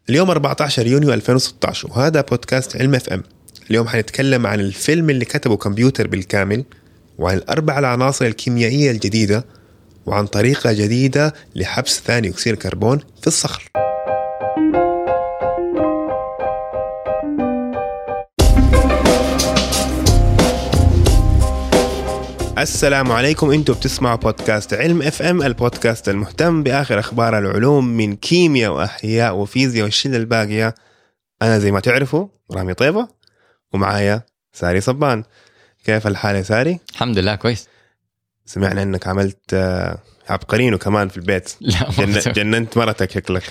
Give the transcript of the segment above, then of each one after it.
اليوم 14 يونيو 2016 وهذا بودكاست علم اف ام. اليوم حنتكلم عن الفيلم اللي كتبه كمبيوتر بالكامل، وعن الأربع العناصر الكيميائية الجديدة، وعن طريقة جديدة لحبس ثاني أكسيد الكربون في الصخر. السلام عليكم، انتوا بتسمعوا بودكاست علم اف ام، البودكاست المهتم باخر اخبار العلوم من كيمياء واحياء وفيزياء والشله الباقيه. انا زي ما تعرفوا رامي طيبه، ومعايا ساري صبان. كيف الحال يا ساري؟ الحمد لله كويس. سمعنا انك عملت عبقرينه كمان في البيت. لا جننت مرتك شكلك.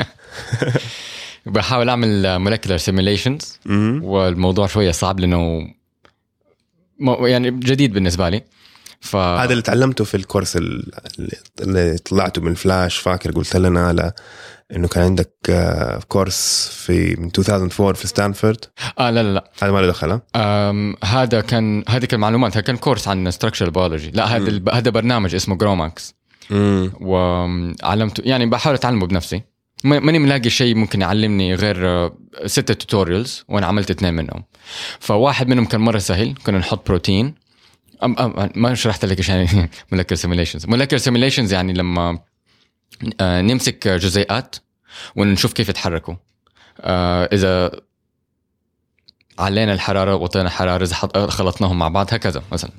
بحاول اعمل molecular simulations والموضوع شويه صعب لانه يعني جديد بالنسبه لي. هذا اللي تعلمته في الكورس اللي طلعته من فلاش، فاكر قلت لنا انه كان عندك كورس من 2004 في ستانفورد. لا هذا ما له دخل. هذه كان معلومات، هذا كان كورس عن structural biology. لا هذا برنامج اسمه جروماكس، وعلمته يعني بحاول اتعلمه بنفسي. ماني ملاقي شيء ممكن يعلمني غير 6 توتوريالز، وانا عملت 2 منهم. فواحد منهم كان مره سهل، كنا نحط بروتين. ما شرحت لك ايش يعني molecular simulations يعني لما نمسك جزيئات ونشوف كيف يتحركوا. اذا علينا الحراره وطينا الحراره، اذا خلطناهم مع بعض هكذا مثلا.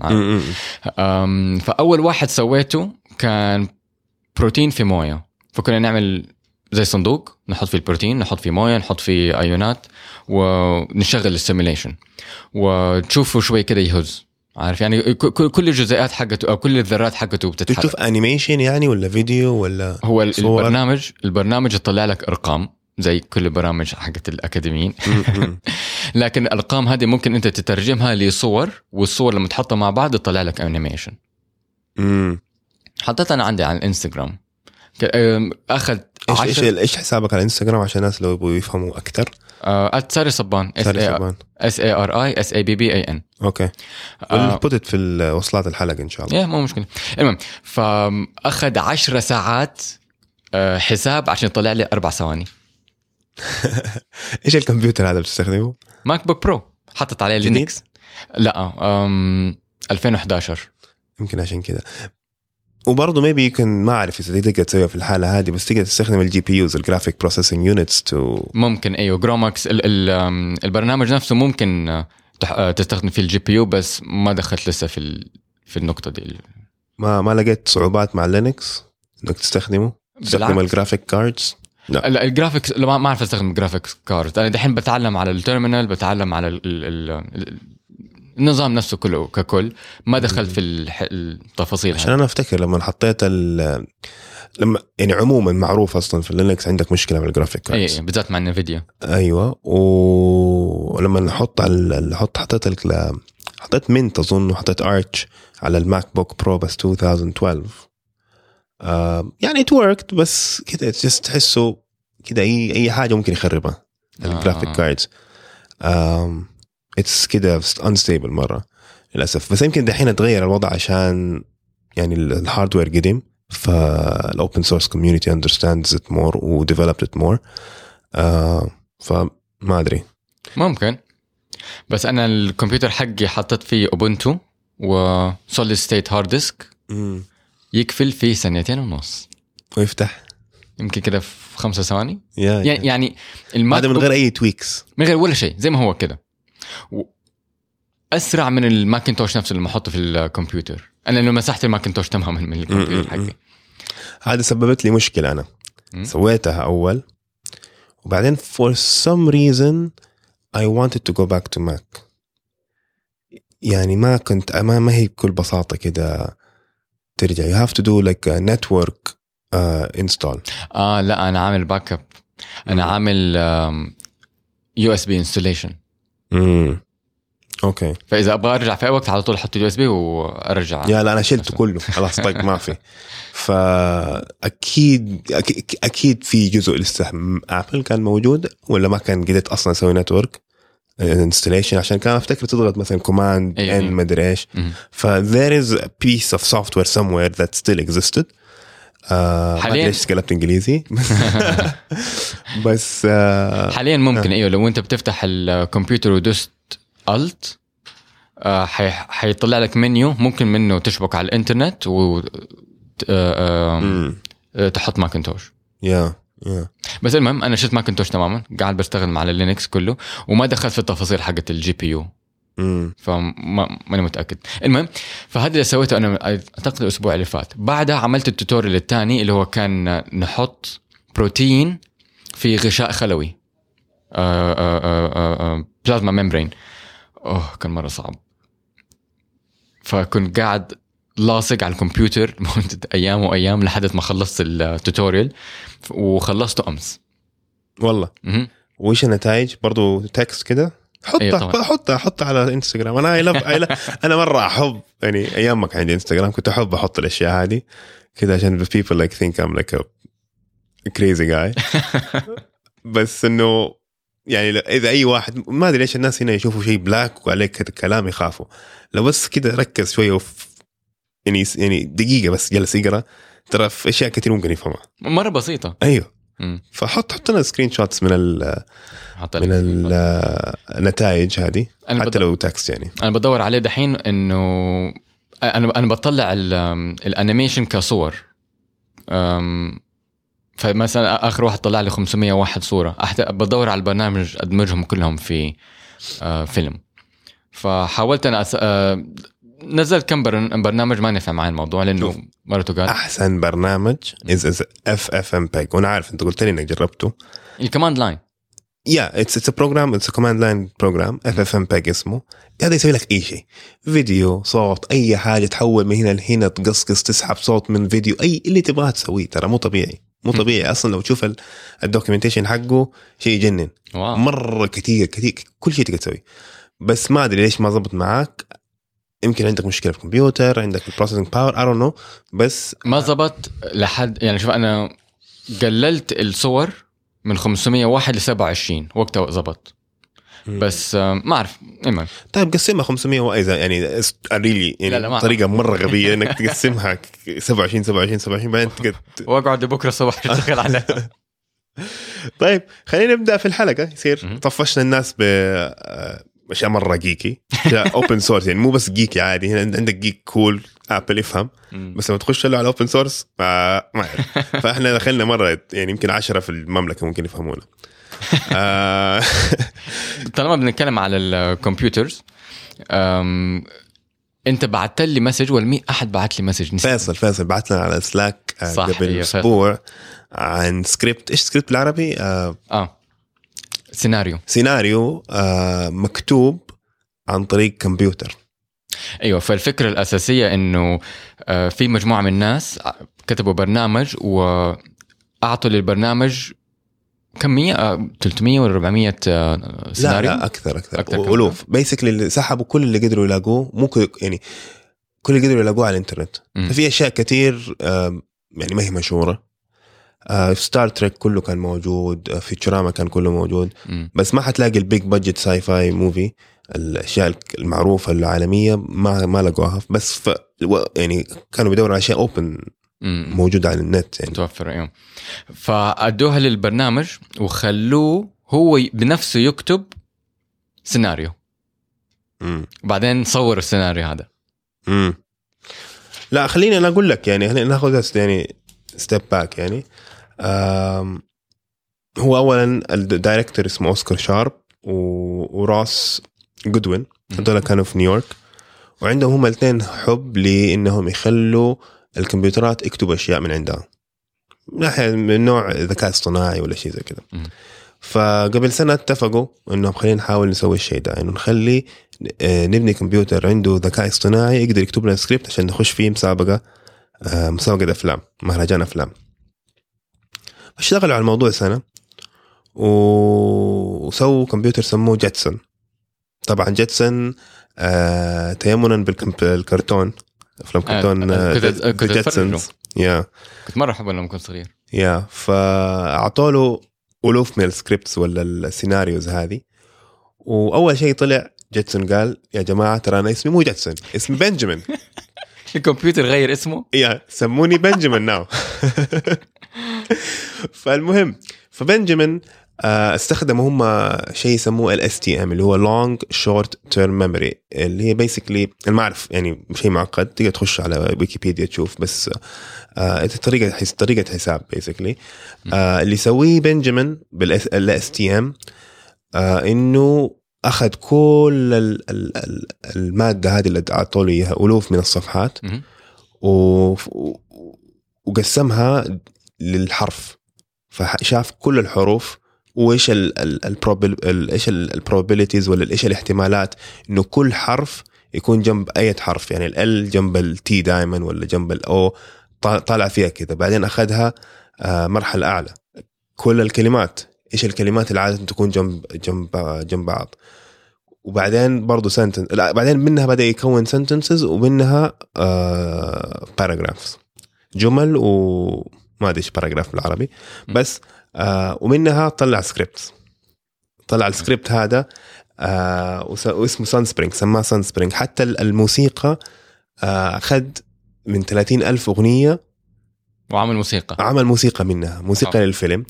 فاول واحد سويته كان بروتين في مويه، فكنا نعمل زي صندوق نحط فيه البروتين، نحط فيه مويه، نحط فيه ايونات، ونشغل السيميليشن وتشوفوا شوي كده يهز، عارف يعني كل الجزيئات حقته او كل الذرات حقته بتتحرك. تشوف انيميشن يعني ولا فيديو ولا هو البرنامج يطلع لك ارقام زي كل البرامج حقت الاكاديميين. لكن الارقام هذه ممكن انت تترجمها لصور، والصور لما تحطها مع بعض يطلع لك انيميشن. حطيتها انا عندي على الانستغرام. اخذ ايش حسابك على الانستغرام عشان الناس لو يبغوا يفهموا اكثر؟ ساري صبان SARISABBAN. اوكي. بوتت في وصلات الحلقه ان شاء الله. مو مشكله. المهم فاخذ 10 ساعات حساب عشان يطلع لي 4 ثواني. ايش الكمبيوتر هذا بتستخدمه؟ ماك بوك برو، حطت عليه لينكس. لا 2011 يمكن عشان كده. وبرضه ميبي يمكن ما أعرف إذا تقدر تسويها في الحالة هذه، بس تقدر تستخدم الجي بي يوز الجرافيك بروسيسنج يونتس ممكن. أيوة جروماكس البرنامج نفسه ممكن تستخدم في الجي بي يو، بس ما دخلت لسه في النقطة دي. ما لقيت صعوبات مع لينكس إنك تستخدم الجرافيك كاردز؟ لا الجرافيكس ما أعرف أستخدم الجرافيك كارد. أنا دحين بتعلم على التيرمينال، بتعلم على النظام نفسه كله ككل. ما دخلت في التفاصيل عشان أنا أفتكر لما حطيت لما يعني عموما معروف أصلا في اللينكس عندك مشكلة مع الجرافيك كاردز. أيوة بالذات مع النفيديا. أيوة. ولما نحط حطيت منت أظن، وحطيت أرتش على الماك بوك برو بس 2012. يعني it worked، بس كده تحسه كده أي حاجة ممكن يخربها الجرافيك كاردز. it's كده unstable مرة للأسف. بس يمكن دحين تغير الوضع عشان يعني الهاردوير قديم، فالopen source community understands it more و developed it more. فما أدري، ممكن. بس أنا الكمبيوتر حقي حطت فيه أوبنتو و solid state hard disk يكفل في 2.5 سنين ويفتح يمكن كده في 5 ثواني. يعني هذا من غير أي تويكس، من غير ولا شيء، زي ما هو كده. أسرع من الماكنتوش نفسه اللي محطه في الكمبيوتر. أنا لما مسحت الماكنتوش تماما من الكمبيوتر حقي. هذا سببت لي مشكلة. أنا سويتها أول، وبعدين for some reason I wanted to go back to Mac. يعني ما هي بكل بساطة كده ترجع. you have to do like a network install. لا أنا عامل باك اب. أنا عامل USB installation. اوكي. فاذا ابغى ارجع في اي وقت على طول احط اليو اس بي وارجع. لا انا شلته كله خلاص. طيب ما في. فاكيد في جزء لسه ابل كان موجود، ولا ما كان قدرت اصلا اسوي نتورك انستليشن، عشان كان افتكر تضغط مثلا كوماند ان ما ادري ايش. ف there is a piece of software somewhere that still existed. حاليا ليش قلبت انجليزي بس حاليا ممكن ايوه لو انت بتفتح الكمبيوتر ودوست الت حيطلع لك منيو ممكن منه تشبك على الانترنت و تحط ماكنتوش. بس المهم انا شلت ماكنتوش تماما، قاعد بشتغل على لينكس كله وما دخلت في التفاصيل حقت الجي بي يو، فماني متاكد. المهم فهذا اللي سويته انا اعتقد الاسبوع اللي فات. بعدها عملت التوتوريال الثاني اللي هو كان نحط بروتين في غشاء خلوي بلازما ممبرين. كان مره صعب، فكنت قاعد لاصق على الكمبيوتر مدة أيام وأيام لحد ما خلصت التوتوريال، وخلصته أمس والله. وإيش النتائج؟ برضو تكست كده حطها على انستغرام. أنا مرة أحب يعني أيام ما كان عندي انستغرام كنت أحب أحط الأشياء هذه كده عشان people like think I'm like a crazy guy بس إنه يعني إذا أي واحد ما أدري ليش الناس هنا يشوفوا شيء بلاك وعليك كلام يخافوا، لو بس كده ركز شوية يعني دقيقة بس جلس يقرأ ترى في أشياء كتير ممكن يفهمها مرة بسيطة. أيوه. فحط لنا سكرين شوتس من النتائج هذه حتى لو تكست. يعني أنا بدور عليه دحين إنه أنا بطلع الأنيميشن كصور. فمثلا آخر واحد طلع لي 501 صورة. بدور على البرنامج أدمجهم كلهم في فيلم. فحاولت أنا نزلت كم برنامج ما نفع معي الموضوع لأنه مرته قال أحسن برنامج is FFmpeg. وأنا عارف أنت قلت لي إنك جربته الكوماند لاين. it's a program, it's a command line program. FFmpeg اسمه. هذا يسوي لك أي شيء، فيديو صوت أي حاجة، تحول من هنا لهنا، تقصقص، تسحب صوت من فيديو، أي اللي تبغاه تسويه. ترى مو طبيعي أصلا. لو تشوف الدوكيومنتيشن حقه شيء يجنن. مرة كتير كل شيء تقدر تسويه. بس ما أدري ليش ما زبط معاك. يمكن عندك مشكلة في الكمبيوتر، عندك البروسيسنج باور، I don't know. بس ما زبط لحد يعني. شوف أنا قللت الصور من 501 ل 27 وقتها زبط. بس ما أعرف إما. طيب قسمها 500 وإذا يعني really يعني طريقة مرة غبية إنك تقسمها 27 بعدين تقعد وأقعد بكرة الصباح أشتغل عليها. طيب خلينا نبدأ في الحلقة. يصير طفشنا الناس أشياء مرة جيكي اوبن سورس. يعني مو بس جيكي عادي، هنا عندك جيك كول ابل يفهم، بس لما تخش له على اوبن سورس ما أعرف. فاحنا دخلنا مرة يعني يمكن 10 في المملكة ممكن يفهمونا. طالما بنتكلم على الكمبيوترز، انت بعت لي مسج ولا أحد بعت لي مسج؟ فيصل بعت لنا على سلاك قبل اسبوع عن سكريبت. ايش سكريبت بالعربي؟ سيناريو مكتوب عن طريق كمبيوتر. ايوه. فالفكره الاساسيه انه في مجموعه من الناس كتبوا برنامج واعطوا للبرنامج كميه 300 ولا 400 سيناريو. لا اكثر الوف. بيسكلي اللي سحبوا كل اللي قدروا يلاقوه، مو يعني كل اللي قدروا يلاقوه على الانترنت. ففي اشياء كتير يعني ما هي مشهوره. ستار تريك كله كان موجود، فيتشراما كان كله موجود. بس ما حتلاقي البيج بادجت ساي فاي موفي، الاشياء المعروفه العالميه ما لقوها. بس يعني كانوا بيدوروا على اشياء اوبن موجوده على النت يعني متوفره. ايوه. فادوها للبرنامج وخلوه هو بنفسه يكتب سيناريو. بعدين صور السيناريو هذا. لا خليني انا اقول لك، يعني ناخذ يعني ستيب باك. يعني هو اولا الدايركتور اسمه اوسكار شارب وراس جودوين. هذول كانوا في نيويورك، وعندهم هم الاثنين حب لانهم يخلوا الكمبيوترات يكتبوا اشياء من عندها، ناحيه من نوع ذكاء اصطناعي ولا شيء زي كده. فقبل سنه اتفقوا انهم خلينا نحاول نسوي الشيء ده، انه نخلي نبني كمبيوتر عنده ذكاء اصطناعي يقدر يكتب لنا سكريبت عشان نخش فيه مسابقه أفلام، مهرجان أفلام. اشتغلوا على الموضوع سنة وسووا كمبيوتر سموه جيتسون. طبعا جيتسون تيمنا بالكرتون، أفلام كرتون جيتسونز. كنت مرة أحبه لما كنت صغير. فأعطوا له ألوف من السكريبتس ولا السيناريوز هذه. وأول شيء طلع جيتسون قال يا جماعة ترى أنا اسمي مو جيتسون، اسمي بنجامين. الكمبيوتر غير اسمه. سموني بنجامين ناو. فالمهم فبنجامين استخدموا هم شيء يسموه LSTM اللي هو Long Short Term Memory اللي هي basically المعرف يعني شيء معقد تقدر تخش على ويكيبيديا تشوف بس طريقة حساب basically اللي يسويه بنجامين بالLSTM إنه أخذ كل المادة هذه اللي أعطوا لي إياها ألوف من الصفحات وقسمها للحرف فشاف كل الحروف وايش ايش البروبابيليتيز ولا ايش الاحتمالات انه كل حرف يكون جنب اي حرف يعني ال جنب التي دائما ولا جنب الاو طالع فيها كذا. بعدين اخذها مرحله اعلى كل الكلمات ايش الكلمات اللي عاده تكون جنب بعض. وبعدين برضو سنتنس بعدين منها بدا يكون سنتنسز ومنها باراجرافز جمل وما ادري ايش باراجراف بالعربي بس ومنها طلع سكريبت. طلع السكريبت هذا واسمه سانسبرينج سماه سانسبرينج. حتى الموسيقى أخذ من 30,000 أغنية وعمل موسيقى منها موسيقى للفيلم.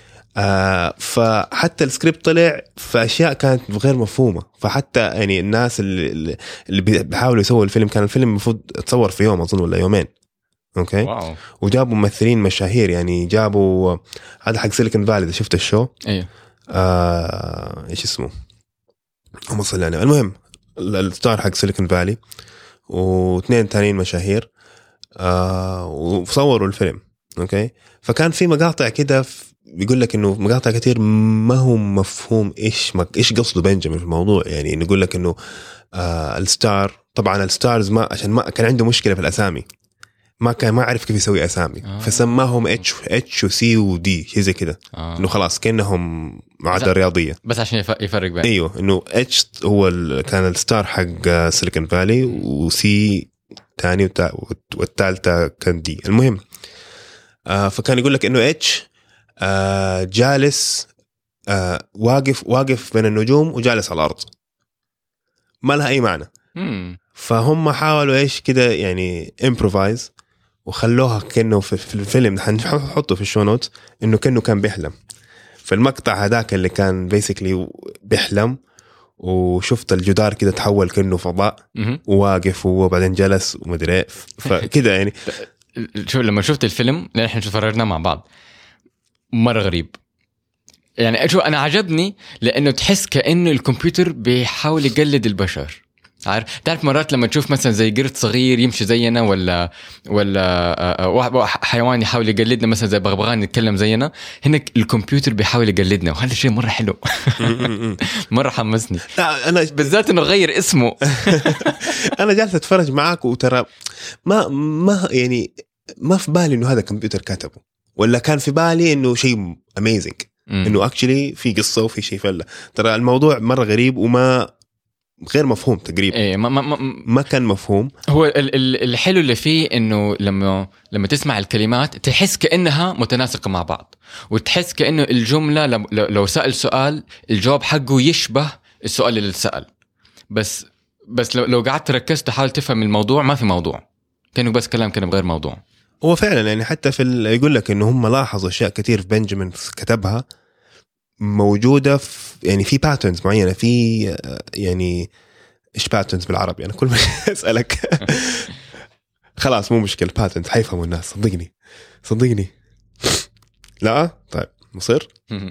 فحتى السكريبت طلع في أشياء كانت غير مفهومة. فحتى يعني الناس اللي بيحاولوا يسووا الفيلم كان الفيلم المفروض تصور في يوم أظن ولا يومين. اوكي واو. وجابوا ممثلين مشاهير يعني جابوا هذا حق سيليكون فالي. شفت الشو ايوه ايش اسمه هم صلاني المهم الستار حق سيليكون فالي واثنين تانيين مشاهير وصوروا الفيلم. اوكي فكان في مقاطع كده بيقول لك انه مقاطع كتير ما هو مفهوم ايش قصده بنجامين في الموضوع. يعني نقول لك انه الستار طبعا الستارز ما عشان ما كان عنده مشكلة في الاسامي ما عارف كيف يسوي أسامي فسماهم H و C و D شيء زي كده إنه خلاص كأنهم معادلة رياضية بس عشان يفرق بين أيوه إنه H هو كان الستار حق سيليكون فالي و C تاني والثالثة كان D. المهم فكان يقول لك إنه H جالس واقف بين النجوم وجالس على الأرض ما لها أي معنى. فهم حاولوا إيش كده يعني improvise وخلوها كأنه في الفيلم حنحطه في الشو نوت إنه كأنه كان بيحلم. في المقطع هذاك اللي كان basically بيحلم وشفت الجدار كده تحول كأنه فضاء وواقف وبعدين جلس ومدري فكده يعني شو لما شفت الفيلم نحن فرجنا مع بعض مرة غريب يعني شو أنا عجبني لأنه تحس كأنه الكمبيوتر بيحاول يقلد البشر. تعرف مرات لما تشوف مثلا زي قرد صغير يمشي زينا ولا حيوان يحاول يقلدنا مثلا زي بغبغان يتكلم زينا هنا الكمبيوتر بيحاول يقلدنا وهذا الشيء مرة حلو. مرة حمسني أنا بالذات إنه غير اسمه. أنا جالس أتفرج معاك وترى ما يعني ما في بالي إنه هذا كمبيوتر كتبه ولا كان في بالي إنه شيء amazing إنه actually في قصة وفي شيء فله. ترى الموضوع مرة غريب وما غير مفهوم تقريبا. إيه ما كان مفهوم. هو الحلو اللي فيه انه لما تسمع الكلمات تحس كأنها متناسقة مع بعض وتحس كأنه الجملة لو سأل سؤال الجواب حقه يشبه السؤال اللي سأل بس لو قعدت ركزت تحاول تفهم الموضوع ما في موضوع كأنه بس كلام كان بغير موضوع. هو فعلا يعني حتى يقول لك انه هم لاحظوا اشياء كتير في بنجامين كتبها موجودة في يعني في باترنز معينة في يعني إيش باترنز بالعربي أنا كل ما أسألك خلاص مو مشكلة باترنز حيفهموا الناس صدقني لا طيب مصير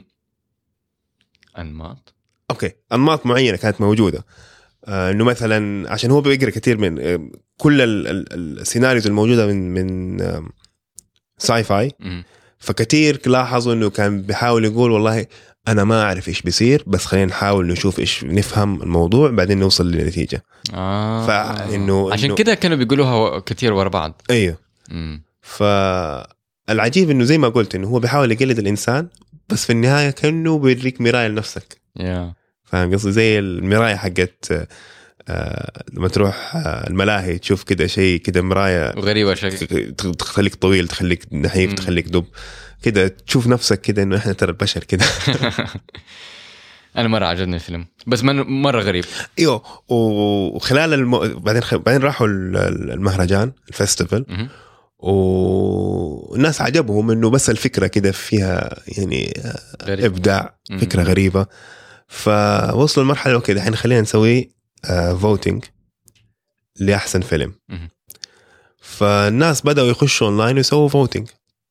أنماط أوكي أنماط معينة كانت موجودة إنه مثلا عشان هو بيقرأ كتير من كل السيناريوز الموجودة من ساي فاي فكتير لاحظوا إنه كان بيحاول يقول والله أنا ما أعرف إيش بيصير بس خلينا نحاول نشوف إيش نفهم الموضوع بعدين نوصل لنتيجة. فإنه عشان كده كانوا بيقولوها كتير ورا بعض. أيوه. فالعجيب إنه زي ما قلت إنه هو بيحاول يقلد الإنسان بس في النهاية كأنه بيوريك مراية لنفسك. فاهم قصدي زي المراية حقت لما تروح الملاهي تشوف كده شيء كده مراية غريبة شكل تخليك طويل تخليك نحيف تخليك دب كده تشوف نفسك كده إنه إحنا ترى البشر كده. انا مره عجبني الفيلم بس مره غريب. ايوه وخلال بعدين راحوا المهرجان الفestival والناس عجبهم انه بس الفكره كده فيها يعني غريب. ابداع فكره غريبه. فوصلوا المرحله اوكي الحين خلينا نسوي فوتينج لاحسن فيلم. فالناس بداوا يخشوا اونلاين ويسووا فوتينج.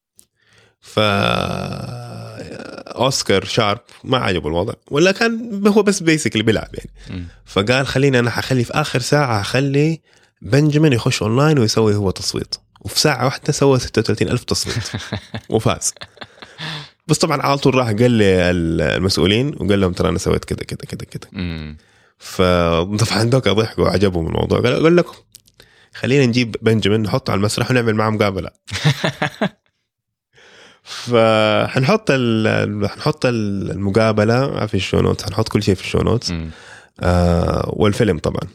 اوسكار شارب ما عجبه الوضع ولا كان هو بس بيسك اللي بيلعب يعني. فقال خليني انا حخلي في اخر ساعه هخلي بنجامين يخش اونلاين ويسوي هو تصويت. وفي ساعه واحده سوى 36,000 تصويت وفاز. بس طبعا على طول راح قال لي المسؤولين وقال لهم ترى انا سويت كذا كذا كذا كذا. فطبعا دوك ضحكوا وعجبهم الموضوع. قال لكم خلينا نجيب بنجامين نحطه على المسرح ونعمل معه مقابله. فحنحط المقابله في الشو نوتس. هنحط كل شيء في الشو نوتس. والفيلم طبعا.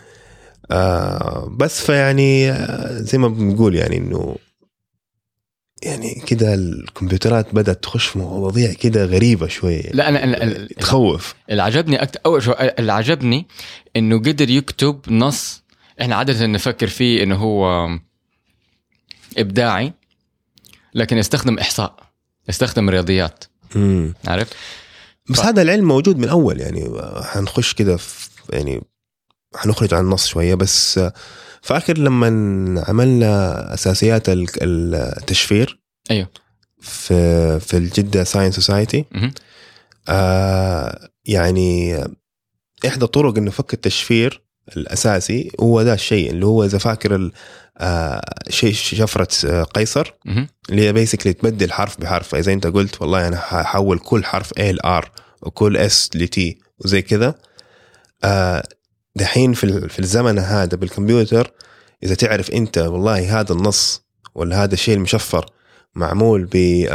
بس فيعني زي ما بنقول يعني انه يعني كده الكمبيوترات بدأت تخش في مواضيع كده غريبة شوية. لا أنا تخوف. اللي عجبني أول شيء اللي عجبني إنه قدر يكتب نص إحنا عادة نفكر فيه إنه هو إبداعي لكن يستخدم إحصاء يستخدم رياضيات. عارف بس هذا العلم موجود من أول يعني. هنخش كده يعني هنخرج عن النص شوية. بس فاكر لما عملنا أساسيات التشفير أيوه في الجدة ساينس سوسايتي. يعني إحدى طرق إنه فك التشفير الأساسي هو ده الشيء اللي هو إذا فاكر شيء شفرة قيصر اللي هي بيسكلي تبدل حرف بحرف. فإذا أنت قلت والله أنا هحول كل حرف A ل R وكل S ل T وزي كذا. دحين في الزمن هذا بالكمبيوتر إذا تعرف أنت والله هذا النص ولا هذا الشيء المشفر معمول ب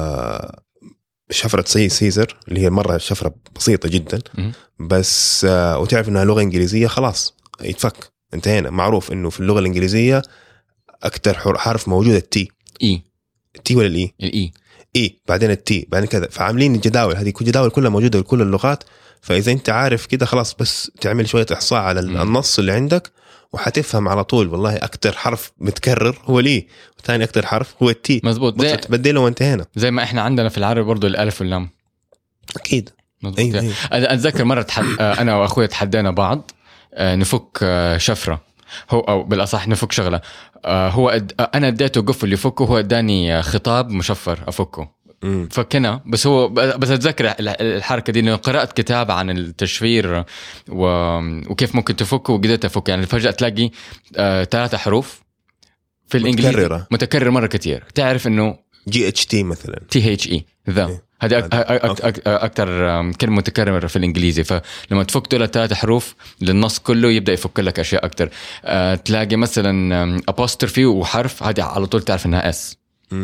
شفرة سيزر اللي هي مرة شفرة بسيطة جدا بس وتعرف إنها لغة إنجليزية خلاص يتفك. انتهينا. معروف إنه في اللغة الإنجليزية أكتر حرف موجود التي. التي ولا الإي؟ الإي بعدين التي بعدين كذا. فعاملين الجداول هذه كل جداول كلها موجودة لكل اللغات. فإذا أنت عارف كده خلاص بس تعمل شوية إحصاء على النص اللي عندك وحتفهم على طول والله أكتر حرف متكرر هو ليه وثاني أكتر حرف هو التي. مزبوط. تبدله وانتهينا. زي ما إحنا عندنا في العربي برضو الألف واللام. أكيد. أيوة. أتذكر مرة أنا وأخوي تحدينا بعض نفك شفرة هو أو بالأصح نفك شغلة. هو أنا اديته قفل يفكه وهو اداني خطاب مشفر أفكه. فكنا بس هو بس أتذكر الحركة دي إنه قرأت كتاب عن التشفير وكيف ممكن تفكه وقدرت أفك. يعني فجأة تلاقي 3 حروف في الإنجليزي متكرر مرة كتير. تعرف إنه GHT مثلا THE ذا هذه أكتر كلمة متكررة في الإنجليزي. فلما تفك دول 3 حروف للنص كله يبدأ يفك لك أشياء أكتر. تلاقي مثلا apostrophe وحرف هذه على طول تعرف إنها S.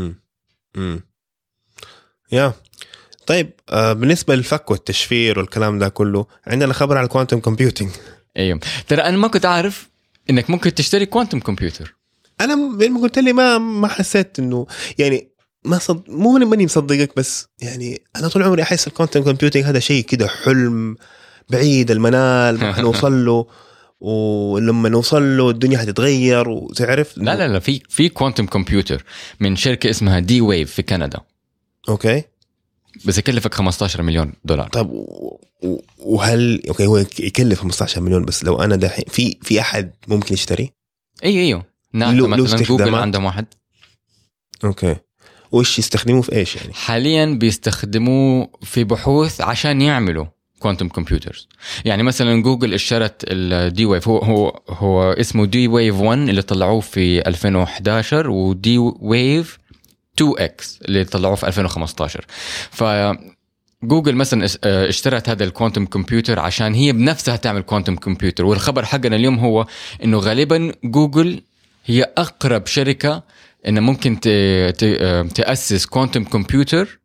يا طيب بالنسبة للفك والتشفير والكلام ده كله عندنا خبر على الكوانتم كومبيوتينج. أيوة ترى أنا ما كنت أعرف إنك ممكن تشتري كوانتم كمبيوتر. أنا لما قلت لي ما حسيت إنه يعني مو ماني مصدقك. بس يعني أنا طول عمري أحس الكوانتم كومبيوتينج هذا شيء كده حلم بعيد المنال ما حنوصل له. ولما نوصل له الدنيا هتتغير وتعرف. لا في كوانتم كمبيوتر من شركة اسمها دي ويف في كندا. اوكي بس يكلفك $15 مليون. طب وهل اوكي هو يكلف 15 مليون بس لو انا دحين في احد ممكن يشتري؟ ايوه نعم مثلا جوجل عندهم واحد. اوكي وش يستخدموه في ايش يعني؟ حاليا بيستخدموه في بحوث عشان يعملوا كوانتم كمبيوترز. يعني مثلا جوجل اشترت الدي ويف هو اسمه دي ويف 1 اللي طلعوه في 2011 ودي ويف 2X اللي طلعوه في 2015. فجوجل مثلا اشترت هذا الكوانتم كمبيوتر عشان هي بنفسها تعمل كوانتم كمبيوتر. والخبر حقنا اليوم هو انه غالبا جوجل هي اقرب شركة انه ممكن تأسس كوانتم كمبيوتر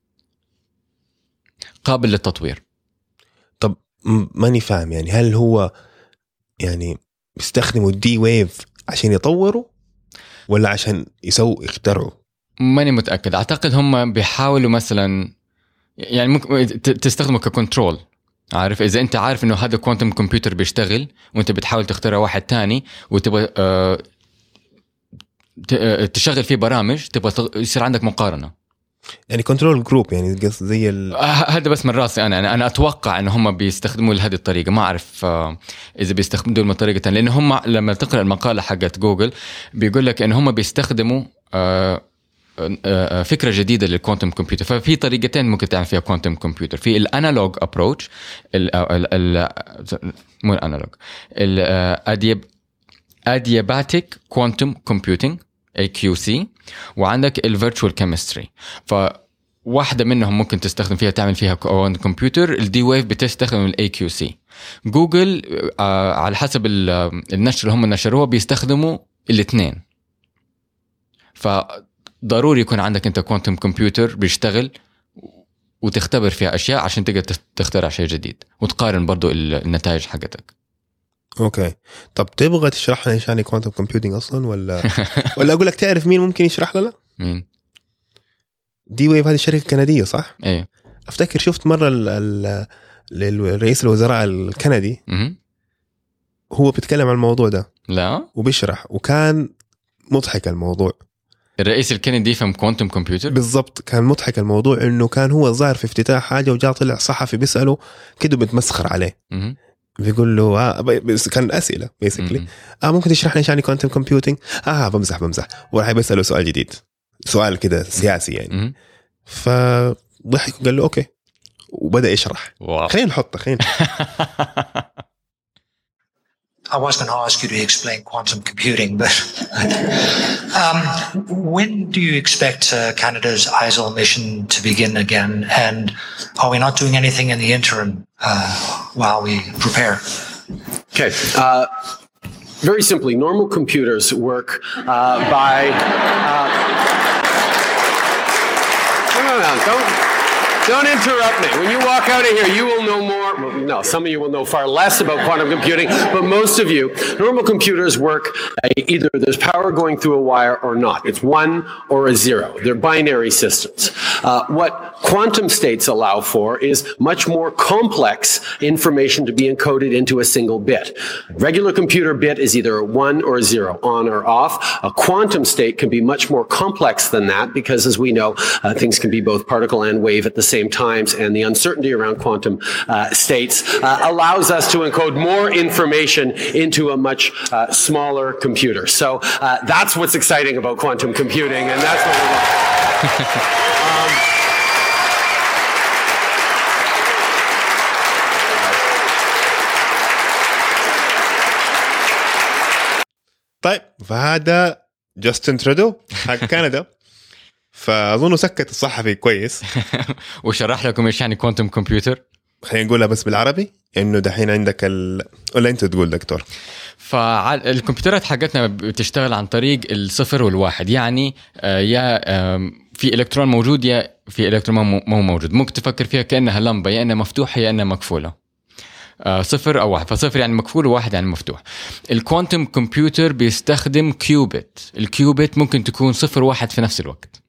قابل للتطوير. طب ماني فاهم يعني هل هو يعني بيستخدموا الدي ويف عشان يطوروا ولا عشان يخترعوا؟ ماني متأكد. أعتقد هم بيحاولوا مثلا يعني ممكن تستخدمه ككنترول عارف إذا أنت عارف إنه هذا كوانتم كمبيوتر بيشتغل وأنت بتحاول تخترع واحد تاني وتبغى تشغل فيه برامج، تبغى يصير عندك مقارنة، يعني كنترول جروب، يعني زي هذا بس من راسي أنا أتوقع إنه هم بيستخدموا هذه الطريقة. ما أعرف إذا بيستخدموا الطريقة تانية، لأن هم لما تقرأ المقالة حقت جوجل بيقول لك إن هم بيستخدموا فكرة جديدة للكوانتم كمبيوتر. ففي طريقتين ممكن تعمل فيها كوانتم كمبيوتر، في الانالوج ابروتش، مو الانالوج، الادياباتيك كوانتم كومبيوتينج AQC، وعندك الفيرتشوال كيمستري. فواحدة منهم ممكن تستخدم فيها تعمل فيها كوانتم كمبيوتر. الدي ويف بتستخدم الAQC. جوجل على حسب النشر اللي هم نشروها بيستخدموا الاثنين. ضروري يكون عندك انت كوانتم كمبيوتر بيشتغل وتختبر فيها اشياء عشان تقدر تخترع شيء جديد وتقارن برضو النتائج حقتك. اوكي، طب تبغى تشرح لنا ايش يعني كوانتم كومبيوتينج اصلا ولا ولا اقول لك تعرف مين ممكن يشرح لنا؟ مين؟ دي ويف هذه شركه كنديه صح؟ ايه، افتكر شفت مره الرئيس الوزراء الكندي هو بيتكلم عن الموضوع ده، لا وبيشرح، وكان مضحك الموضوع. الرئيس الكندي فهم كوانتم كمبيوتر بالضبط، كان مضحك الموضوع انه كان هو ظاهر في افتتاح حاجه وجاء طلع صحفي بيساله كده بتمسخر عليه. بيقول له كان اسئله بيسكلي ممكن تشرح لي ايش يعني كوانتم كومبيوتينج؟ بمزح وراح بيساله سؤال جديد، سؤال كده سياسي يعني. فضحك وقال له اوكي، وبدا يشرح. خلينا نحطه I was going to ask you to explain quantum computing, but when do you expect Canada's ISIL mission to begin again? And are we not doing anything in the interim while we prepare? Okay. Very simply, normal computers work by... Don't interrupt me. When you walk out of here, you will know more. Well, no, some of you will know far less about quantum computing, but most of you, normal computers work either there's power going through a wire or not. It's 1 or a 0. They're binary systems. What quantum states allow for is much more complex information to be encoded into a single bit. Regular computer bit is either a 1 or a 0, on or off. A quantum state can be much more complex than that because, as we know, things can be both particle and wave at the same times, and the uncertainty around quantum states allows us to encode more information into a much smaller computer. So that's what's exciting about quantum computing, and that's what we're طيب، فهذا جاستن ترودو حق كندا، فأظنه سكت الصحفي كويس وشرح لكم إيش يعني كوانتم كمبيوتر. خلينا نقولها بس بالعربي، إنه دحين عندك ولا أنت تقول دكتور؟ فالكمبيوترات حقتنا بتشتغل عن طريق الصفر والواحد، يعني يا في إلكترون موجود يا في إلكترون مو موجود. ممكن تفكر فيها كأنها لمبة، يا أنها مفتوحة يا أنها مقفولة، صفر أو واحد. فصفر يعني مقفول وواحد يعني مفتوح. الكوانتم كمبيوتر بيستخدم كيوبيت. الكيوبيت ممكن تكون صفر واحد في نفس الوقت.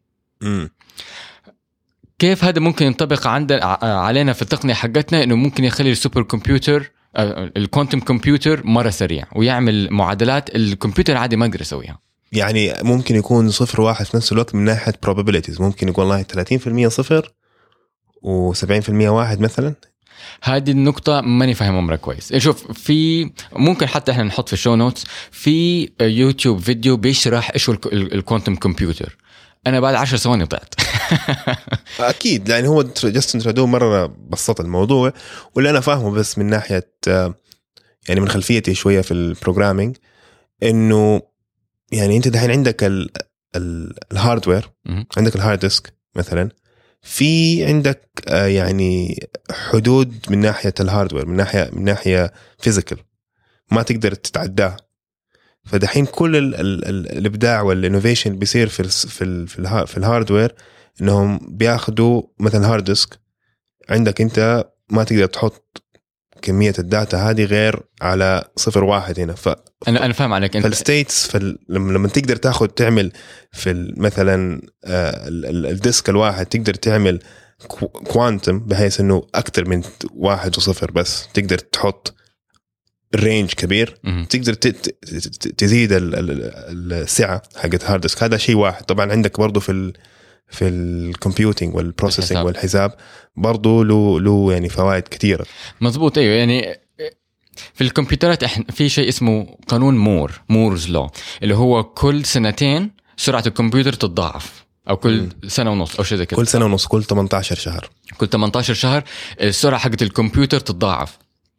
كيف هذا ممكن ينطبق علينا في التقنية حقتنا؟ إنه ممكن يخلي السوبر كمبيوتر الكوانتم كمبيوتر مرة سريع ويعمل معادلات الكمبيوتر عادي ما يقدر يسويها. يعني ممكن يكون صفر واحد في نفس الوقت من ناحية probabilities. ممكن يقول والله 30% صفر و70% واحد مثلا. هذه النقطة ماني فاهم أمرها كويس. شوف، في ممكن حتى إحنا نحط في الشو نوتس في يوتيوب فيديو بيشرح إيش هو الكوانتم كمبيوتر. أنا بعد 10 ثواني طلعت. أكيد، لأن هو جاستن ترودو مرة بسط الموضوع، واللي أنا فاهمه بس من ناحية يعني من خلفيتي شوية في البروجرامينج، إنه يعني أنت دحين عندك الهاردوير، عندك الهارد ديسك مثلا، في عندك يعني حدود من ناحية الهاردوير، من ناحية فيزيكال ما تقدر تتعداه. فدحين كل الابداع والانوفيشن بيصير في الهاردوير، انهم بياخدوا مثلا هارد ديسك عندك انت ما تقدر تحط كمية الداتا هذه غير على 0-1 هنا. أنا فاهم عليك. فالستيتس لما تقدر تعمل في مثلا الديسك الواحد تقدر تعمل كوانتم بحيث انه اكثر من 1 و0 بس تقدر تحط رينج كبير. تقدر تزيد السعه حقت هارد ديسك. هذا شيء واحد. طبعا عندك برضو في الكمبيوتينج والبروسيسنج والحساب برضو له يعني فوائد كثيره. مزبوط. ايوه يعني في الكمبيوترات احنا في شيء اسمه قانون مورز لو، اللي هو كل سنتين سرعه الكمبيوتر تتضاعف، او كل سنه ونص او شيء زي كده. كل سنه ونص، كل 18 شهر. كل 18 شهر السرعه حقت الكمبيوتر تتضاعف.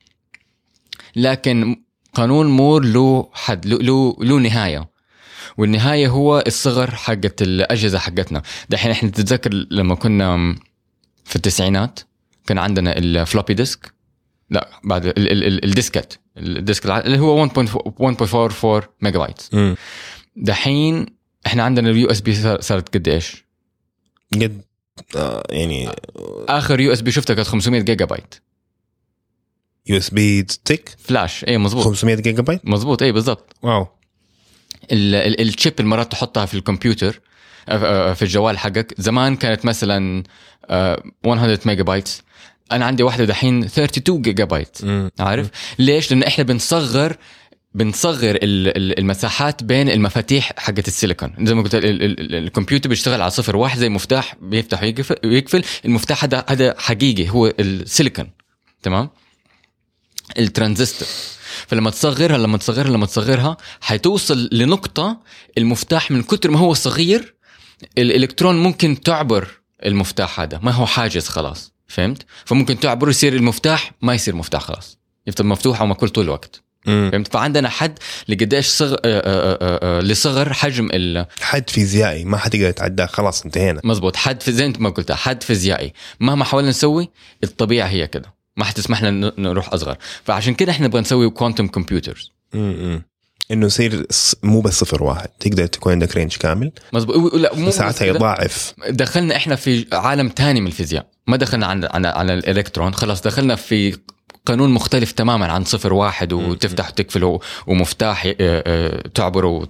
لكن قانون مور له حد، له نهايه، والنهايه هو الصغر حقت الاجهزه حقتنا. دحين احنا تتذكر لما كنا في التسعينات كان عندنا الفلوبي ديسك، لا بعد الديسكت، الديسك اللي هو 1.44 ميجا بايت. دحين احنا عندنا اليو اس بي صارت قد ايش؟ قد يعني اخر يو اس بي شفته كانت 500 جيجا بايت. يو اس بي ستيك فلاش. اي مزبوط، 500 جيجا بايت. مزبوط اي بالضبط. واو. الشيب المرات تحطها في الكمبيوتر في الجوال حقك زمان كانت مثلا 100 ميجا بايت. انا عندي واحده دحين 32 جيجا بايت. عارف ليش؟ لان احنا بنصغر المساحات بين المفاتيح حقت السيليكون. زي ما قلت الكمبيوتر بيشتغل على 0-1 زي مفتاح بيفتح ويقفل. المفتاح هذا حقيقي هو السيليكون، تمام؟ الترانزستور. فلما تصغرها حيتوصل لنقطة المفتاح من كتر ما هو صغير الإلكترون ممكن تعبر المفتاح هذا، ما هو حاجز خلاص، فهمت؟ فممكن تعبر يصير المفتاح ما يصير مفتاح خلاص، يفضل مفتوح أو مقفول طول الوقت. فهمت؟ فعندنا حد لقديش لصغر حجم حد فيزيائي ما حتقدر يتعداه، خلاص انتهينا. مزبوط. حد زي انت ما قلت، حد فيزيائي مهما حاولنا نسوي الطبيعة هي كده، ما حتسمح لنا نروح أصغر. فعشان كده احنا نبغى نسوي كوانتم كمبيوترز، انه يصير مو بس 0-1، تقدر تكون عندك رينج كامل. مزبوط. لا مو ساعتها يضاعف. دخلنا احنا في عالم تاني من الفيزياء، ما دخلنا على الإلكترون، خلاص دخلنا في قانون مختلف تماما عن 0-1 وتفتح وتقفل ومفتاح تعبر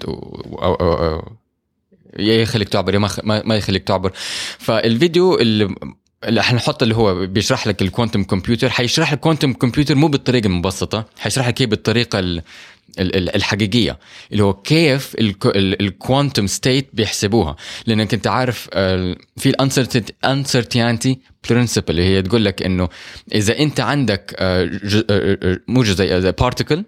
يخليك تعبر ما يخليك تعبر. فالفيديو اللي حنحط اللي هو بيشرح لك الكوانتم كمبيوتر، حيشرح لك الكوانتم كمبيوتر مو بالطريقة المبسطة، حيشرح لك بالطريقة الحقيقية اللي هو كيف الكوانتم ستيت بيحسبوها. لأنك أنت عارف في الانسرتينتي برينسيبل اللي هي تقول لك إنه إذا أنت عندك مو جزيء بارتيكل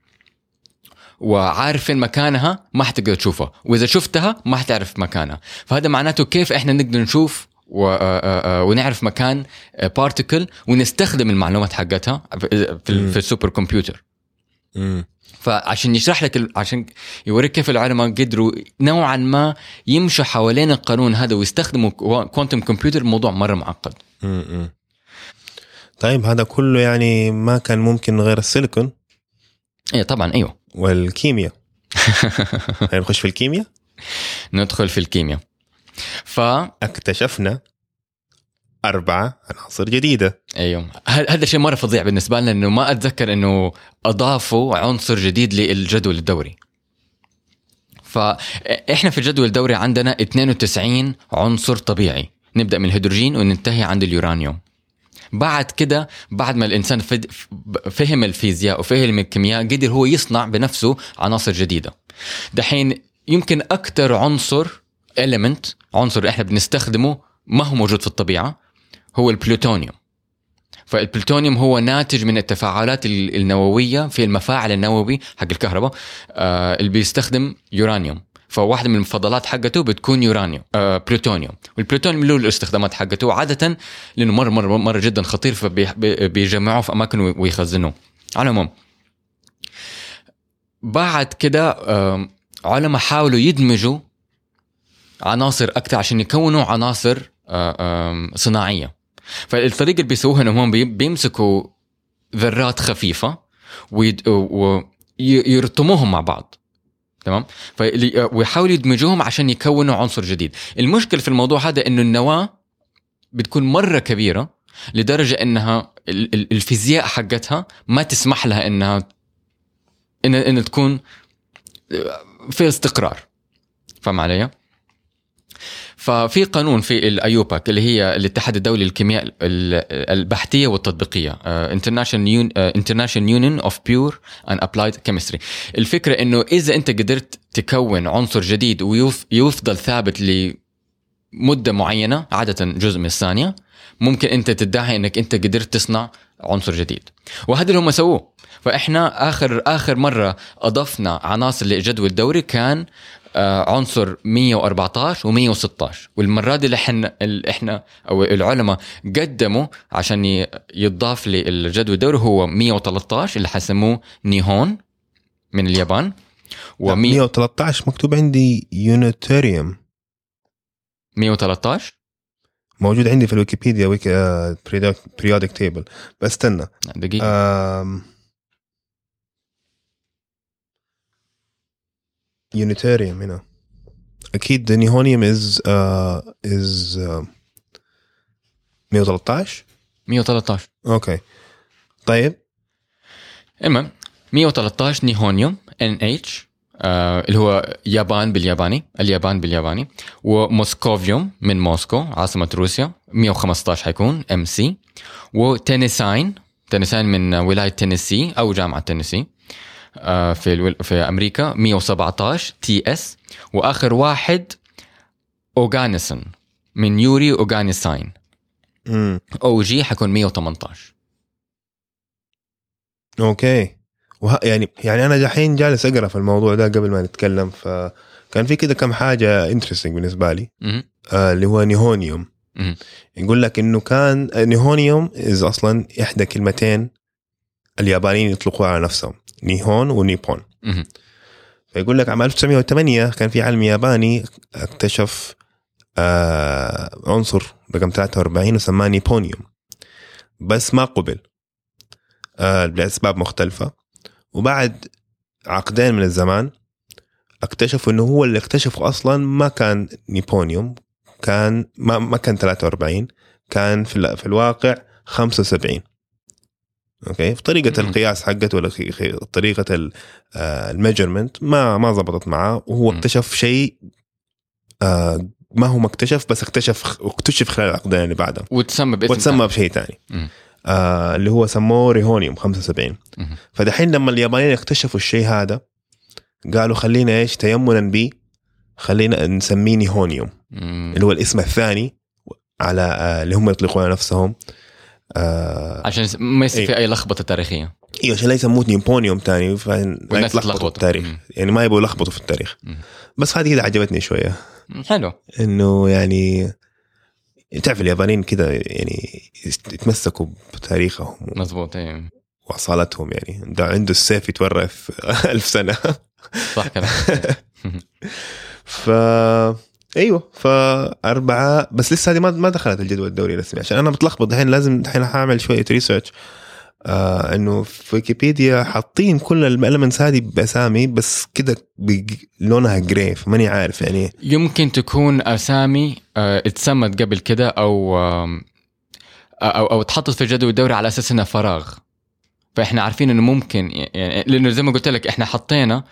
وعارف فين مكانها ما حتقدر تشوفها، وإذا شفتها ما حتعرف مكانها. فهذا معناته كيف إحنا نقدر نشوف ونعرف مكان بارتيكل ونستخدم المعلومات حقتها في السوبر كمبيوتر. فعشان يشرح لك عشان يوريك كيف العلماء قدروا نوعا ما يمشوا حوالين القانون هذا ويستخدموا كوانتم كمبيوتر. الموضوع مرة معقد. طيب هذا كله يعني ما كان ممكن غير السيليكون. ايه طبعا. ايوه. والكيمياء. هنخش في الكيمياء. ندخل في الكيمياء. فاكتشفنا 4 عناصر جديدة. ايوه هذا شيء مرة فظيع بالنسبة لنا، انه ما اتذكر انه اضافوا عنصر جديد للجدول الدوري. فاحنا في الجدول الدوري عندنا 92 عنصر طبيعي، نبدأ من الهيدروجين وننتهي عند اليورانيوم. بعد كده بعد ما الإنسان فهم الفيزياء وفهم الكيمياء قدر هو يصنع بنفسه عناصر جديدة. دحين يمكن أكتر عنصر عنصر إحنا بنستخدمه ما هو موجود في الطبيعة هو البلوتونيوم. فالبلوتونيوم هو ناتج من التفاعلات النووية في المفاعل النووي حق الكهرباء اللي بيستخدم يورانيوم. فواحدة من المفضلات حقته بتكون يورانيوم بلوتونيوم. والبلوتونيوم له الاستخدامات حقته عادة لأنه مرة جدا خطير، فبيجمعوه في أماكن ويخزنوه. على العموم بعد كده علماء حاولوا يدمجوا عناصر أكثر عشان يكونوا عناصر صناعية. فالطريقة اللي بيسووها إنهم بيمسكوا ذرات خفيفة ويرتموهم مع بعض، تمام؟ ويحاولوا يدمجوهم عشان يكونوا عنصر جديد. المشكلة في الموضوع هذا إنه النواة بتكون مرة كبيرة لدرجة إنها الفيزياء حقتها ما تسمح لها إن تكون في استقرار. فهم علي؟ ففي قانون في الأيوباك اللي هي الاتحاد الدولي للكيمياء البحثية والتطبيقية International Union of Pure and Applied Chemistry. الفكرة إنه إذا أنت قدرت تكون عنصر جديد ويفضل ثابت لمدة معينة عادة جزء من الثانية ممكن أنت تدعي إنك أنت قدرت تصنع عنصر جديد وهذا اللي هم سووه. فإحنا آخر مرة أضفنا عناصر للجدول الدوري كان عنصر 114 و116 والمرة دي اللي إحنا أو العلماء قدموا عشان يضاف للجدول الدوري هو 113 اللي حسموه نيهون من اليابان 113 مكتوب عندي يونيتاريوم 113 موجود عندي في الويكيبيديا periodic table بس استنى دقيقة يونيتاريوم هنا أكيد نيهونيوم is 113 أوكي طيب المهم 113 نيهونيوم NH اللي هو اليابان بالياباني وموسكوفيوم من موسكو عاصمة روسيا 115 حيكون MC وتينيساين من ولاية تينيسي أو جامعة تينيسي في أمريكا 117 TS وآخر واحد أوغانيسون من يوري أوغانيساين OG حيكون 118. أوكي يعني أنا دحين جالس أقرأ في الموضوع ده قبل ما نتكلم فكان في كده كم حاجة انترستينج بالنسبة لي اللي هو نيهونيوم. يقول لك إنه كان نيهونيوم إذا أصلا إحدى كلمتين اليابانيين يطلقوها على نفسهم نيهون ونيبون. فيقول لك عام 1908 كان في عالم ياباني اكتشف عنصر رقم 43 وسماه نيبونيوم بس ما قبل لأسباب مختلفة. وبعد عقدين من الزمان اكتشفوا انه هو اللي اكتشفه اصلا ما كان نيبونيوم كان ما كان 43 كان في الواقع 75. اوكي في طريقه القياس حقته ولا طريقه الميجرمنت ما زبطت معاه وهو اكتشف شيء ما هو مكتشف بس اكتشف خلال العقدين اللي بعدها وتسمى بشيء تاني اللي هو سموه ريهونيوم 75. فدحين لما اليابانيين اكتشفوا الشيء هذا قالوا خلينا تيمنا به خلينا نسميه نيهونيوم اللي هو الاسم الثاني على اللي هم يطلقوا على نفسهم عشان ما يصير في اي لخبطه تاريخيه. ايوه عشان لا يسموه نيبونيوم تاني والناس يلخبطوا التاريخ يعني ما يبغوا يلخبطوا في التاريخ. بس هذه كده عجبتني شويه حلو انه يعني تعرف اليابانيين كده يعني يتمسكوا بتاريخهم مظبوط ايوه وأصالتهم يعني ده عنده السيف يتورث 1000 سنة صح كلام. ايوه فأربعة بس لسه هذه ما دخلت الجدول الدوري الرسمي عشان انا متلخبط الحين لازم الحين هعمل شويه ريسيرش انه في ويكيبيديا حاطين كل الالمنتس هذه باسامي بس كده لونها جراي فماني عارف يعني يمكن تكون اسامي اتسمت قبل كده او اتحطت في الجدول الدوري على اساس انها فراغ. فاحنا عارفين انه ممكن يعني لانه زي ما قلت لك احنا حطينا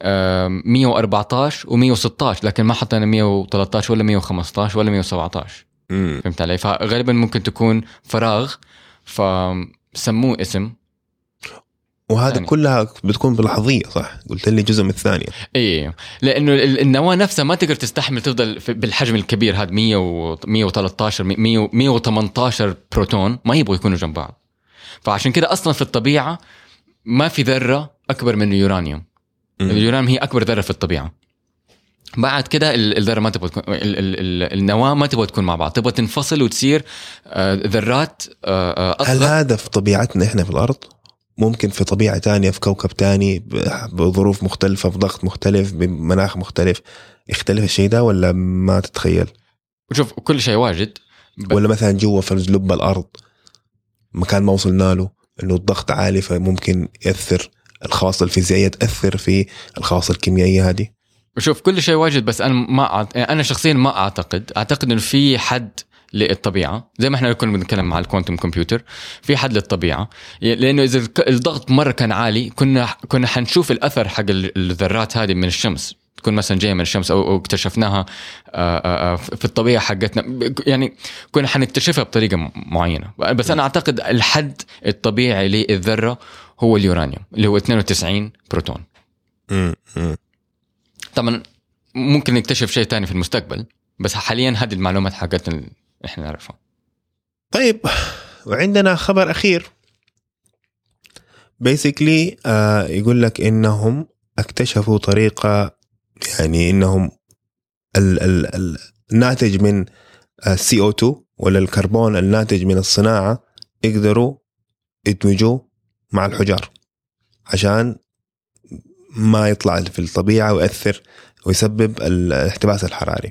114 و116 لكن ما حطينا 113 ولا 115 ولا 117. فهمت علي؟ فغالبا ممكن تكون فراغ فسموه اسم. وهذا يعني كلها بتكون بلحظية صح؟ قلت لي جزء من الثانية. ايه لانه النواة نفسها ما تقدر تستحمل تفضل بالحجم الكبير هذا 113 118 بروتون ما يبغوا يكونوا جنب بعض. فعشان كده اصلا في الطبيعة ما في ذرة اكبر من اليورانيوم. اليورانيوم هي اكبر ذرة في الطبيعة. بعد كده الذرة ما تبغى تكون النواة ما تبغى تكون مع بعض تبغى تنفصل وتصير ذرات أصغر. هل هذا في طبيعتنا إحنا في الأرض؟ ممكن في طبيعة تانية في كوكب تاني بظروف مختلفة في ضغط مختلف بمناخ مختلف يختلف الشيء ده ولا ما تتخيل؟ شوف كل شيء واجد ولا مثلا جوا في لب الأرض مكان ما وصلنا له إنه الضغط عالي فممكن يأثر الخواص الفيزيائية تأثر في الخواص الكيميائية هذه. شوف كل شيء واجد بس أنا شخصيا ما أعتقد إنه في حد للطبيعة زي ما إحنا كنا بنتكلم مع الكوانتم كمبيوتر في حد للطبيعة لأنه إذا الضغط مرة كان عالي كنا حنشوف الأثر حق الذرات هذه من الشمس تكون مثلا جايه من الشمس او اكتشفناها في الطبيعه حقتنا، يعني كنا حنكتشفها بطريقه معينه. بس انا اعتقد الحد الطبيعي للذره هو اليورانيوم اللي هو 92 بروتون. طبعا ممكن نكتشف شيء تاني في المستقبل، بس حاليا هذه المعلومات حقتنا اللي احنا نعرفها. طيب، وعندنا خبر أخير basically يقول لك إنهم اكتشفوا طريقة، يعني إنهم الناتج من CO2 ولا الكربون الناتج من الصناعة يقدروا يدمجوه مع الحجار عشان ما يطلع في الطبيعة ويأثر ويسبب الاحتباس الحراري.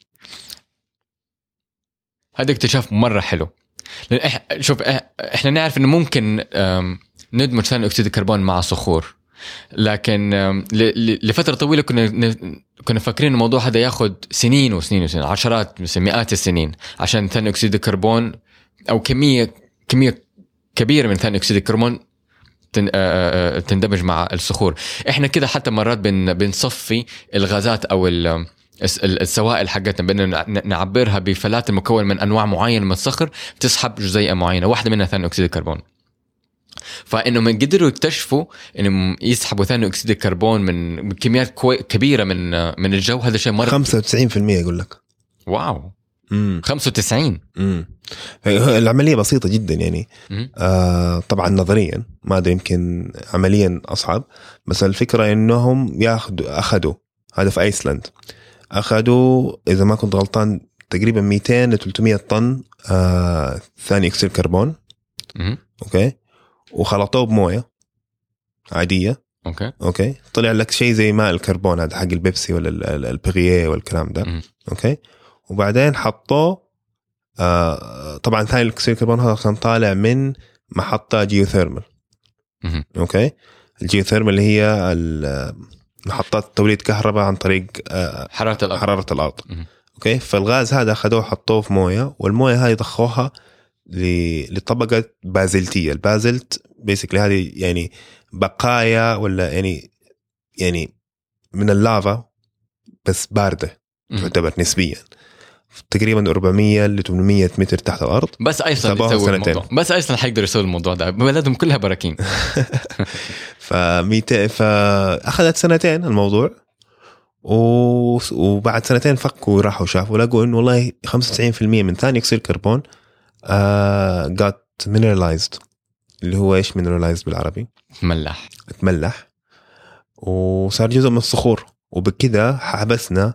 هذا اكتشاف مرة حلو. شوف احنا نعرف انه ممكن ندمج ثاني اكسيد الكربون مع صخور، لكن لفترة طويلة كنا فاكرين الموضوع هذا ياخد سنين وسنين وسنين، عشرات مئات السنين عشان ثاني اكسيد الكربون او كمية كبيرة من ثاني اكسيد الكربون تندمج مع الصخور. احنا كده حتى مرات بنصفي الغازات او السوائل حقتنا بأننا نعبرها بفلات المكون من أنواع معينة من الصخر تسحب جزيئة معينة، واحدة منها ثاني أكسيد الكربون. فإنهم قدروا يكتشفوا إنهم يسحبوا ثاني أكسيد الكربون من كميات كبيرة من الجو. هذا شيء مرة 95% يقول لك. واو. 95. العملية بسيطة جدا يعني. طبعا نظريا ما أدري، يمكن عمليا أصعب، بس الفكرة إنهم أخذوا هذا في أيسلند، أخذوا إذا ما كنت غلطان تقريبا 200 ل 300 طن ثاني أكسيد الكربون. أوكي، وخلطوه بموية عادية. أوكي، طلع لك شيء زي ماء الكربون هذا حق البيبسي ولا البغييه والكلام ده. أوكي، وبعدين حطوه طبعا ثاني أكسيد الكربون هذا كان طالع من محطة جيوثيرمال. أوكي، الجيوثيرمال اللي هي محطات توليد كهرباء عن طريق حرارة الأرض. أوكي، فالغاز هذا أخذوه حطوه في موية، والموية هذه ضخوها لطبقة بازلتية. البازلت بيسكلي هذه يعني بقايا ولا يعني من اللافا بس باردة تعتبر نسبيا، تقريبا 400 ل 800 متر تحت الأرض. بس أيسلند يسوي الموضوع، بس أيسلند حيقدر يسوي الموضوع ده، بلدهم كلها براكين. فأخذت سنتين الموضوع، وبعد سنتين فكوا وراحوا شافوا لقوا إنه والله 95% من ثاني أكسيد الكربون got mineralized. اللي هو إيش mineralized بالعربي؟ تملح وصار جزء من الصخور، وبكده حبسنا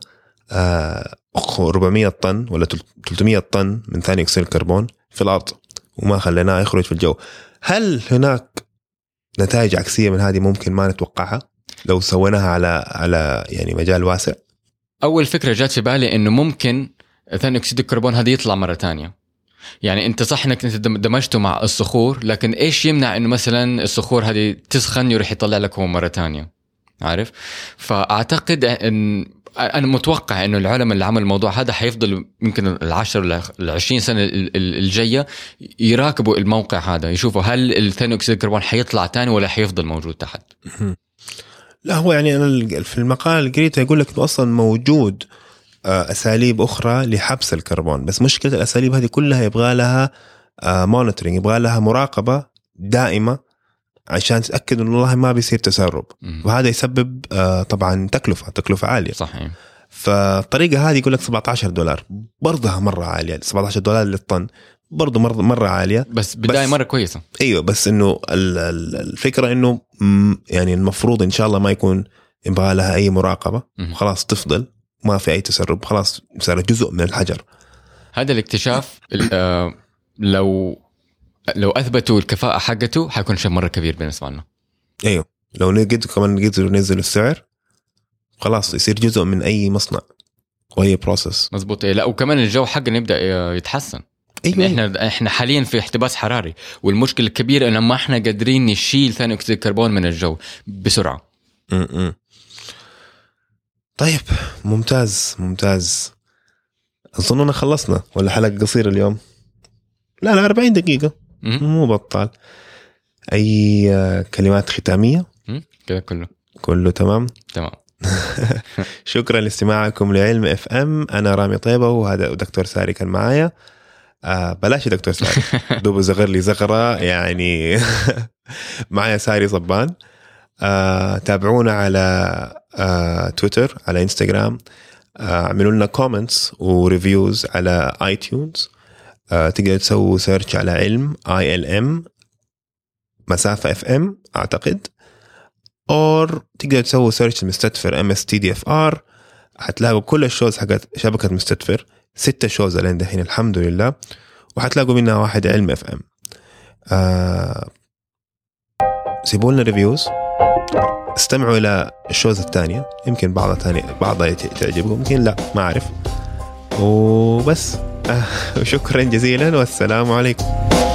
400 طن ولا 300 طن من ثاني أكسيد الكربون في الأرض وما خليناه يخرج في الجو. هل هناك نتائج عكسية من هذه ممكن ما نتوقعها لو سويناها على يعني مجال واسع؟ أول فكرة جات في بالي إنه ممكن ثاني أكسيد الكربون هذا يطلع مرة تانية. يعني أنت صح إنك أنت دمجته مع الصخور، لكن إيش يمنع إنه مثلا الصخور هذه تسخن يروح يطلع لك هو مرة تانية، عارف؟ فأعتقد إن أنا متوقع إنه العلماء اللي عمل الموضوع هذا حيفضل يمكن 10 ل 20 سنة الجاية يراقبوا الموقع هذا، يشوفوا هل الثاني أكسيد الكربون حيطلع تاني ولا حيفضل موجود تحت. لا هو يعني أنا في المقال اللي قريته يقول لك إنه أصلا موجود أساليب أخرى لحبس الكربون، بس مشكلة الأساليب هذه كلها يبغى لها مونيتورينج، يبغى لها مراقبة دائمة عشان تتأكد إنه والله ما بيصير تسرب، وهذا يسبب طبعا تكلفة عالية. صحيح. فالطريقة هذه يقول لك $17 برضها مرة عالية، $17 للطن برضو مرة عالية، بس بداية مرة كويسة. أيوة، بس إنه الفكرة إنه يعني المفروض إن شاء الله ما يكون يبغى لها أي مراقبة، خلاص تفضل ما في أي تسرب، خلاص صار جزء من الحجر. هذا الاكتشاف لو أثبتوا الكفاءة حقته حيكون شيء مرة كبير بالنسبة لنا. أيوة، لو كمان نقدر ننزل السعر خلاص يصير جزء من أي مصنع وهي بروسس. مزبوط. لا وكمان الجو حقنا يبدأ يتحسن. أيوة. احنا حاليا في احتباس حراري، والمشكلة الكبيرة إن ما احنا قادرين نشيل ثاني أكسيد الكربون من الجو بسرعة. طيب ممتاز. أظننا خلصنا ولا حلقة قصيرة اليوم؟ لا 40 دقيقة مو بطال. أي كلمات ختامية؟ كده كله تمام. شكرا لاستماعكم لعلم اف ام. انا رامي طيبه وهذا دكتور ساري كان معايا. بلاش دكتور ساري دوب زغر لي زغره يعني. معايا ساري صبان. تابعونا على تويتر، على انستغرام، اعملوا لنا كومنتس وريفيوز على اي تيونز. تقدروا تسووا سيرش على علم ILM مسافة FM أعتقد، أو تقدروا تسووا سيرش المستدفر MSTDFR. حتلاقوا كل الشوز حقت شبكة مستدفر، 6 شوز لين دحين الحمد لله، وحتلاقوا منها واحد علم FM. سيبوا لنا ريفيوز، استمعوا إلى الشوز الثانية، يمكن بعضها تعجبكم، يمكن لا، ما أعرف. وبس. شكرا جزيلا والسلام عليكم.